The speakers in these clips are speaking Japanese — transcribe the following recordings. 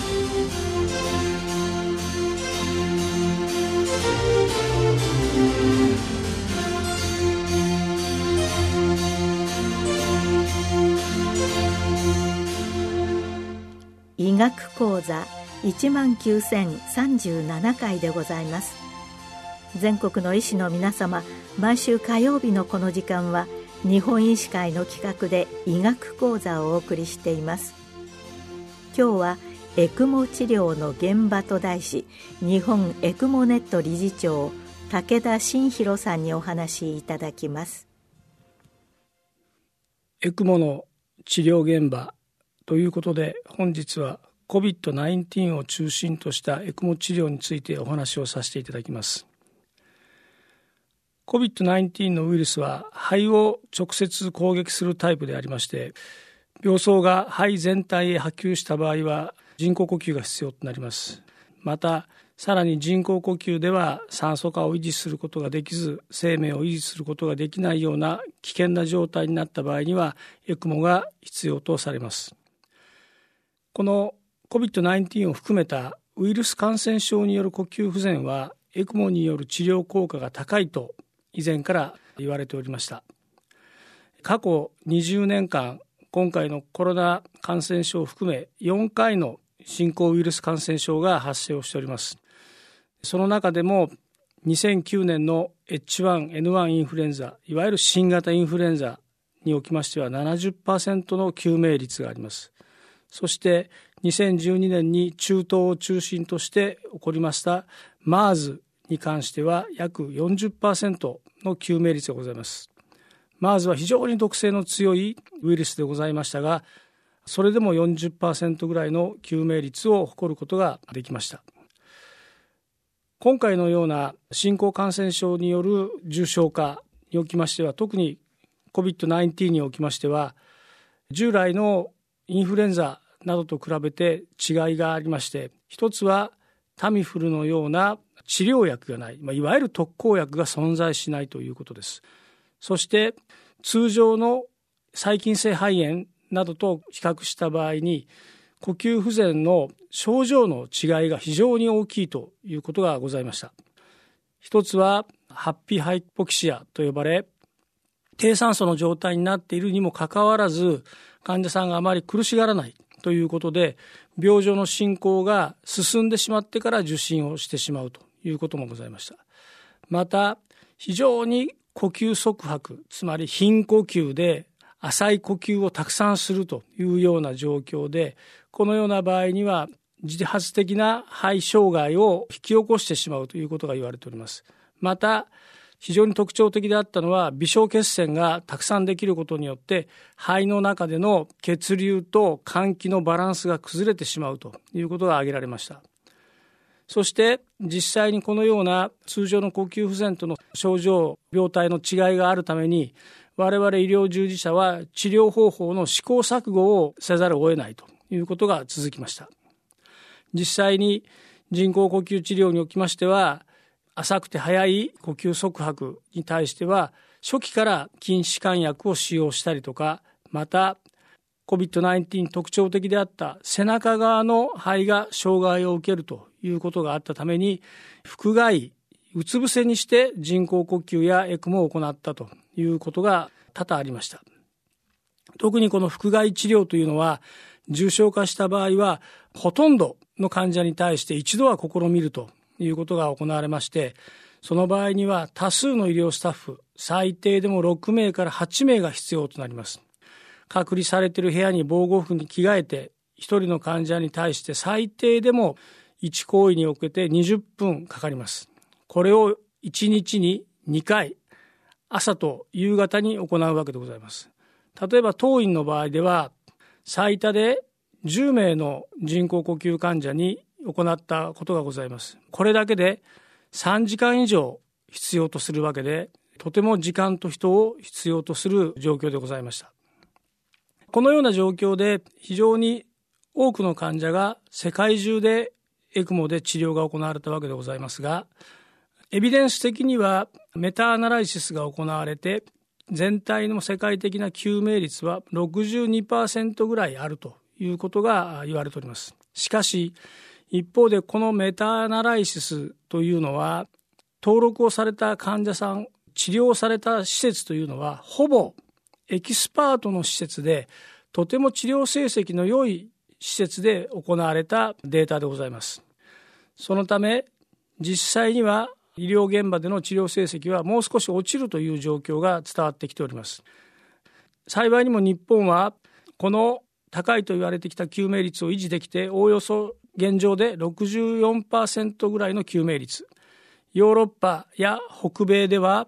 医学講座19037回でございます。全国の医師の皆様、毎週火曜日のこの時間は日本医師会の企画で医学講座をお送りしています。今日はエクモ治療の現場と題し、日本エクモネット理事長武田真弘さんにお話いただきます。 エクモの治療現場ということで、本日は COVID-19 を中心としたエクモ治療についてお話をさせていただきます。COVID-19 のウイルスは肺を直接攻撃するタイプでありまして、病巣が肺全体へ波及した場合は人工呼吸が必要となります。またさらに人工呼吸では酸素化を維持することができず、生命を維持することができないような危険な状態になった場合にはエクモが必要とされます。この COVID-19 を含めたウイルス感染症による呼吸不全はエクモによる治療効果が高いと以前から言われておりました。過去20年間、今回のコロナ感染症を含め4回の新興ウイルス感染症が発生をしております。その中でも2009年の H1N1 インフルエンザ、いわゆる新型インフルエンザにおきましては 70% の救命率があります。そして2012年に中東を中心として起こりました MERS に関しては約 40% の救命率がございます。MERS は非常に毒性の強いウイルスでございましたが、それでも 40% ぐらいの救命率を誇ることができました。今回のような新興感染症による重症化におきましては、特に COVID-19 におきましては、従来のインフルエンザなどと比べて違いがありまして、一つはタミフルのような治療薬がない、いわゆる特効薬が存在しないということです。そして通常の細菌性肺炎などと比較した場合に、呼吸不全の症状の違いが非常に大きいということがございました。一つはハッピーハイポキシアと呼ばれ、低酸素の状態になっているにもかかわらず患者さんがあまり苦しがらないということで、病状の進行が進んでしまってから受診をしてしまうということもございました。また非常に呼吸側拍、つまり頻呼吸で浅い呼吸をたくさんするというような状況で、このような場合には自発的な肺障害を引き起こしてしまうということが言われております。また非常に特徴的であったのは、微小血栓がたくさんできることによって肺の中での血流と換気のバランスが崩れてしまうということが挙げられました。そして実際にこのような通常の呼吸不全との症状、病態の違いがあるために、我々医療従事者は治療方法の試行錯誤をせざるを得ないということが続きました。実際に人工呼吸治療におきましては、浅くて速い呼吸側拍に対しては初期から筋弛緩薬を使用したりとか、また COVID-19 特徴的であった背中側の肺が障害を受けるということがあったために、腹外うつ伏せにして人工呼吸やエクモを行ったということが多々ありました。特にこの腹外治療というのは、重症化した場合はほとんどの患者に対して一度は試みるということが行われまして、その場合には多数の医療スタッフ、最低でも6名から8名が必要となります。隔離されている部屋に防護服に着替えて、1人の患者に対して最低でも1行為におけて20分かかります。これを1日に2回、朝と夕方に行うわけでございます。例えば当院の場合では、最多で10名の人工呼吸患者に行ったことがございます。これだけで3時間以上必要とするわけで、とても時間と人を必要とする状況でございました。このような状況で非常に多くの患者が世界中でエクモで治療が行われたわけでございますが、エビデンス的にはメタアナライシスが行われて、全体の世界的な救命率は 62% ぐらいあるということが言われております。 しかし一方でこのメタアナライシスというのは、登録をされた患者さん、治療された施設というのはほぼエキスパートの施設で、とても治療成績の良い施設で行われたデータでございます。そのため実際には医療現場での治療成績はもう少し落ちるという状況が伝わってきております。幸いにも日本はこの高いと言われてきた救命率を維持できて、おおよそ現状で 64% ぐらいの救命率、ヨーロッパや北米では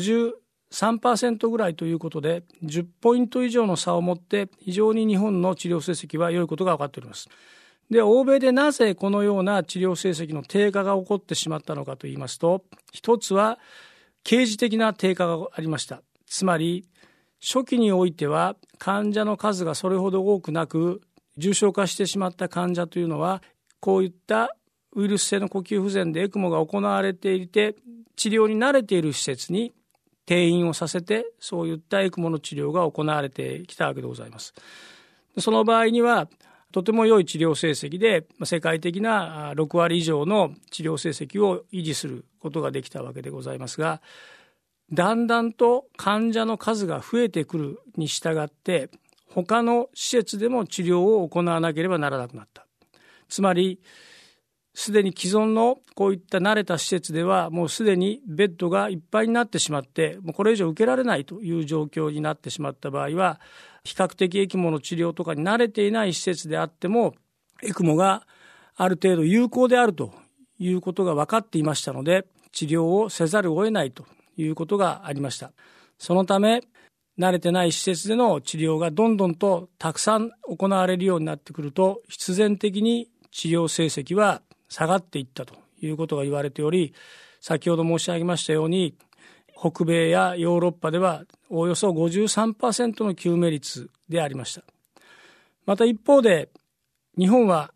53% ぐらいということで、10ポイント以上の差を持って非常に日本の治療成績は良いことが分かっております。で、欧米でなぜこのような治療成績の低下が起こってしまったのかといいますと、一つは刑事的な低下がありました。つまり初期においては患者の数がそれほど多くなく、重症化してしまった患者というのは、こういったウイルス性の呼吸不全でエクモが行われていて、治療に慣れている施設に転院をさせて、そういったエクモの治療が行われてきたわけでございます。その場合にはとても良い治療成績で、世界的な6割以上の治療成績を維持することができたわけでございますが、だんだんと患者の数が増えてくるに従って、他の施設でも治療を行わなければならなくなった。つまりすでに既存のこういった慣れた施設ではもうすでにベッドがいっぱいになってしまって、もうこれ以上受けられないという状況になってしまった場合は、比較的エクモの治療とかに慣れていない施設であってもエクモがある程度有効であるということが分かっていましたので、治療をせざるを得ないということがありました。そのため慣れてない施設での治療がどんどんとたくさん行われるようになってくると、必然的に治療成績は下がっていったということが言われており、先ほど申し上げましたように、北米やヨーロッパではおおよそ 53% の救命率でありました。また一方で日本は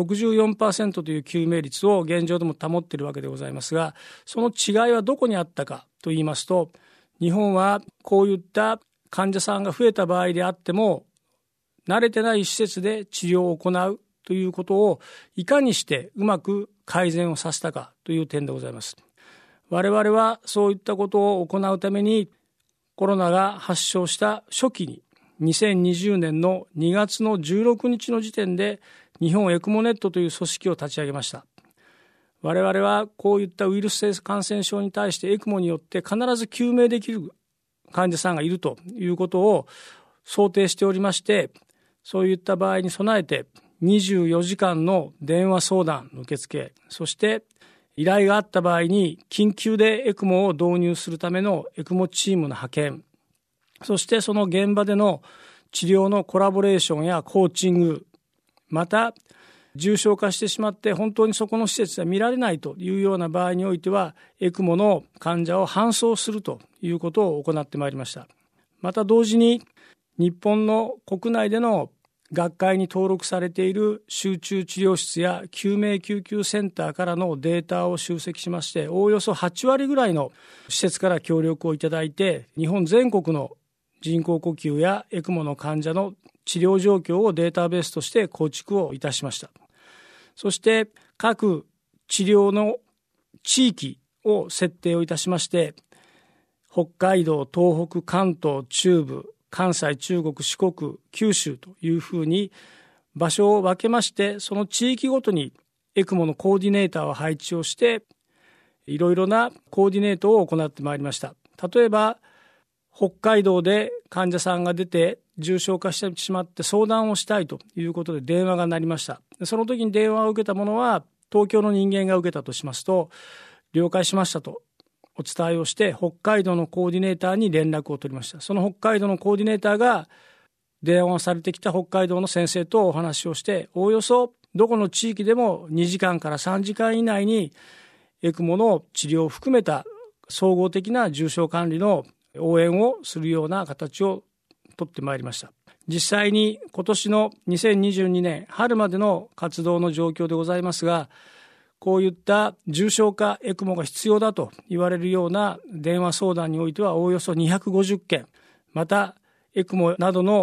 64% という救命率を現状でも保っているわけでございますが、その違いはどこにあったかといいますと、日本はこういった患者さんが増えた場合であっても、慣れてない施設で治療を行うということをいかにしてうまく改善をさせたかという点でございます。我々はそういったことを行うために、コロナが発症した初期に2020年の2月の16日の時点で日本エクモネットという組織を立ち上げました。我々はこういったウイルス性感染症に対してエクモによって必ず救命できる患者さんがいるということを想定しておりまして、そういった場合に備えて24時間の電話相談の受付、そして依頼があった場合に緊急でエクモを導入するためのエクモチームの派遣、そしてその現場での治療のコラボレーションやコーチング、また重症化してしまって本当にそこの施設で見られないというような場合においては、エクモの患者を搬送するということを行ってまいりました。また同時に日本の国内での学会に登録されている集中治療室や救命救急センターからのデータを集積しまして、おおよそ8割ぐらいの施設から協力をいただいて、日本全国の人工呼吸やエクモの患者の治療状況をデータベースとして構築をいたしました。そして各治療の地域を設定をいたしまして、北海道、東北、関東、中部、関西、中国、四国、九州というふうに場所を分けまして、その地域ごとにエクモのコーディネーターを配置をして、いろいろなコーディネートを行ってまいりました。例えば北海道で患者さんが出て重症化してしまって相談をしたいということで電話が鳴りました。その時に電話を受けた者は東京の人間が受けたとしますと、了解しましたとお伝えをして、北海道のコーディネーターに連絡を取りました。その北海道のコーディネーターが電話をされてきた北海道の先生とお話をして、おおよそどこの地域でも2時間から3時間以内にエクモの治療を含めた総合的な重症管理の応援をするような形をとってまいりました。実際に今年の2022年春までの活動の状況でございますが、こういった重症化エクモが必要だと言われるような電話相談においてはおおよそ250件、またエクモなどの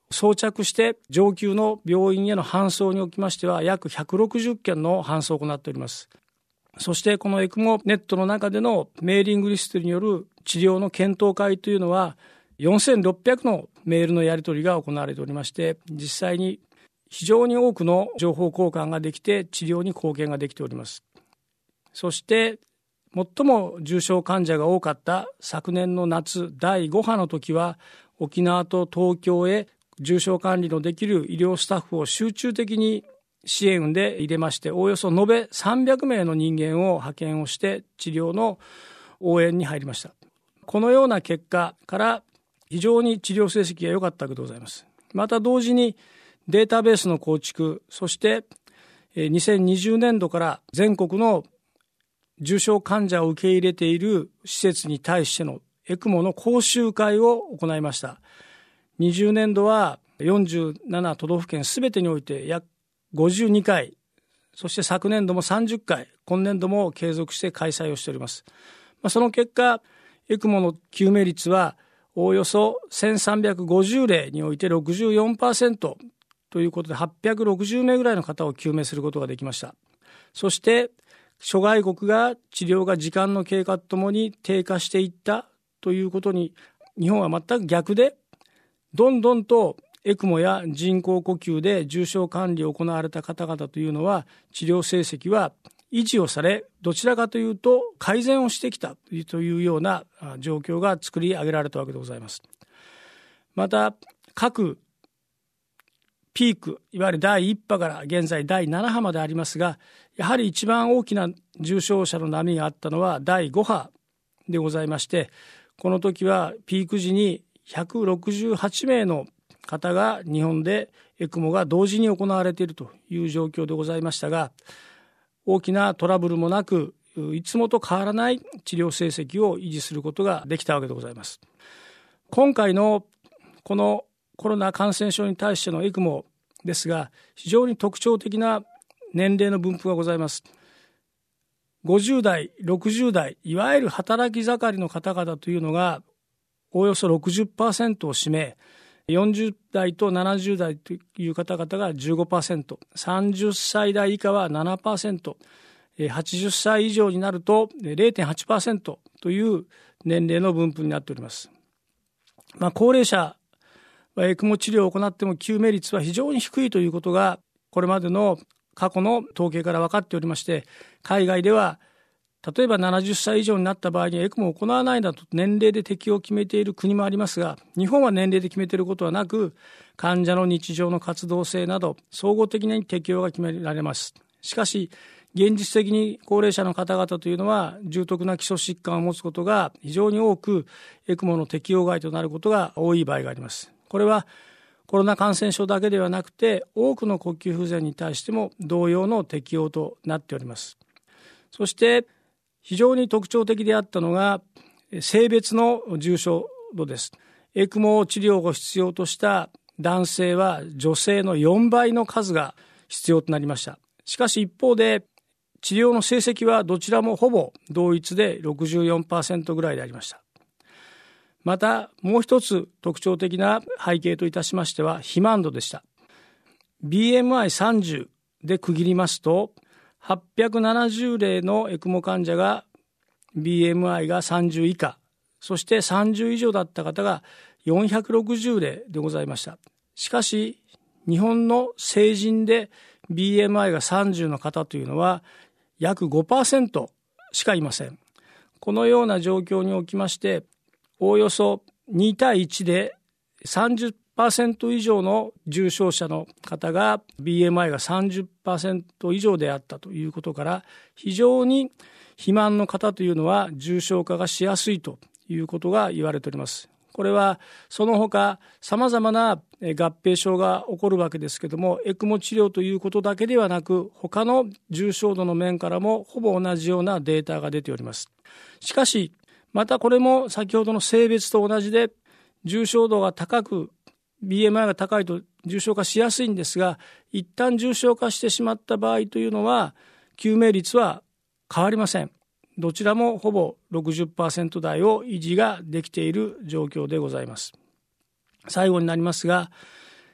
装着して上級の病院への搬送におきましては約160件の搬送を行っております。そしてこのエクモネットの中でのメーリングリストによる治療の検討会というのは4600のメールのやり取りが行われておりまして、実際に非常に多くの情報交換ができて治療に貢献ができております。そして最も重症患者が多かった昨年の夏第5波の時は、沖縄と東京へ重症管理のできる医療スタッフを集中的に支援で入れまして、おおよそ延べ300名の人間を派遣をして治療の応援に入りました。このような結果から非常に治療成績が良かったわけでございます。また同時にデータベースの構築、そして2020年度から全国の重症患者を受け入れている施設に対してのエクモの講習会を行いました。20年度は47都道府県すべてにおいて約52回、そして昨年度も30回、今年度も継続して開催をしております。その結果、エクモの救命率はおおよそ1350例において 64% ということで、860名ぐらいの方を救命することができました。そして諸外国が治療が時間の経過とともに低下していったということに、日本は全く逆で、どんどんとエクモや人工呼吸で重症管理を行われた方々というのは、治療成績は維持をされ、どちらかというと改善をしてきたというような状況が作り上げられたわけでございます。また各ピーク、いわゆる第1波から現在第7波までありますが、やはり一番大きな重症者の波があったのは第5波でございまして、この時はピーク時に168名の方が日本でエクモが同時に行われているという状況でございましたが、大きなトラブルもなく、いつもと変わらない治療成績を維持することができたわけでございます。今回のこのコロナ感染症に対してのエクモですが、非常に特徴的な年齢の分布がございます。50代、60代、いわゆる働き盛りの方々というのがおおよそ 60% を占め、40代と70代という方々が 15%、30歳代以下は 7%、80歳以上になると 0.8% という年齢の分布になっております。高齢者はエクモ治療を行っても救命率は非常に低いということが、これまでの過去の統計から分かっておりまして、海外では例えば70歳以上になった場合にエクモを行わないなど年齢で適用を決めている国もありますが、日本は年齢で決めていることはなく、患者の日常の活動性など総合的に適用が決められます。しかし現実的に高齢者の方々というのは重篤な基礎疾患を持つことが非常に多く、エクモの適用外となることが多い場合があります。これはコロナ感染症だけではなくて、多くの呼吸不全に対しても同様の適用となっております。そして非常に特徴的であったのが性別の重症度です。エクモ治療を必要とした男性は女性の4倍の数が必要となりました。しかし一方で治療の成績はどちらもほぼ同一で 64% ぐらいでありました。またもう一つ特徴的な背景といたしましては肥満度でした。 BMI30 で区切りますと、870例のエクモ患者が BMI が30以下、そして30以上だった方が460例でございました。しかし日本の成人で BMI が30の方というのは約 5% しかいません。このような状況におきまして、おおよそ2対1で 30% 以上の重症者の方が BMI が 30% 以上であったということから、非常に肥満の方というのは重症化がしやすいということが言われております。これはその他さまざまな合併症が起こるわけですけれども、エクモ治療ということだけではなく、他の重症度の面からもほぼ同じようなデータが出ております。しかしまたこれも先ほどの性別と同じで、重症度が高く BMI が高いと重症化しやすいんですが、一旦重症化してしまった場合というのは救命率は変わりません。どちらもほぼ 60% 台を維持ができている状況でございます。最後になりますが、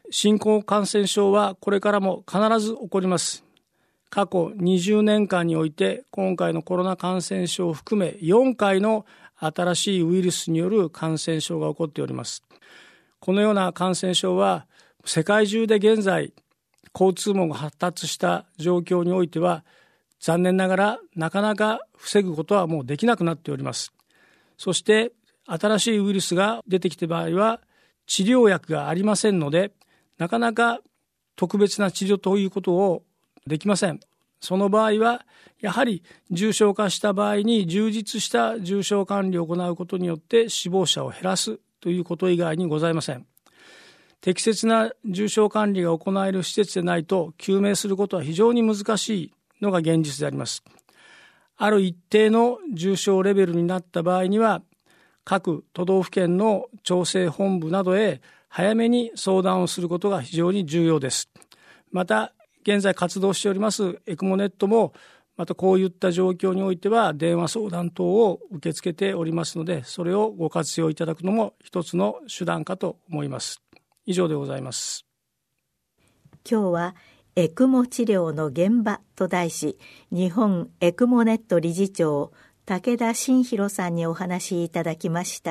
新興感染症はこれからも必ず起こります。過去20年間において今回のコロナ感染症を含め4回の新しいウイルスによる感染症が起こっております。このような感染症は世界中で現在交通網が発達した状況においては残念ながらなかなか防ぐことはもうできなくなっております。そして新しいウイルスが出てきた場合は治療薬がありませんのでなかなか特別な治療ということをできません。その場合はやはり重症化した場合に充実した重症管理を行うことによって死亡者を減らすということ以外にございません。適切な重症管理が行える施設でないと救命することは非常に難しいのが現実であります。ある一定の重症レベルになった場合には各都道府県の調整本部などへ早めに相談をすることが非常に重要です。また現在活動しておりますエクモネットもまたこういった状況においては電話相談等を受け付けておりますのでそれをご活用いただくのも一つの手段かと思います。以上でございます。 今日はエクモ治療の現場と題し日本エクモネット理事長武田真弘さんにお話しいただきました。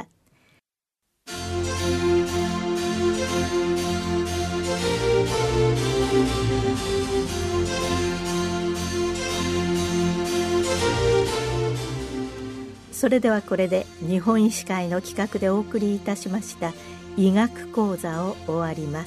それではこれで日本医師会の企画でお送りいたしました医学講座を終わります。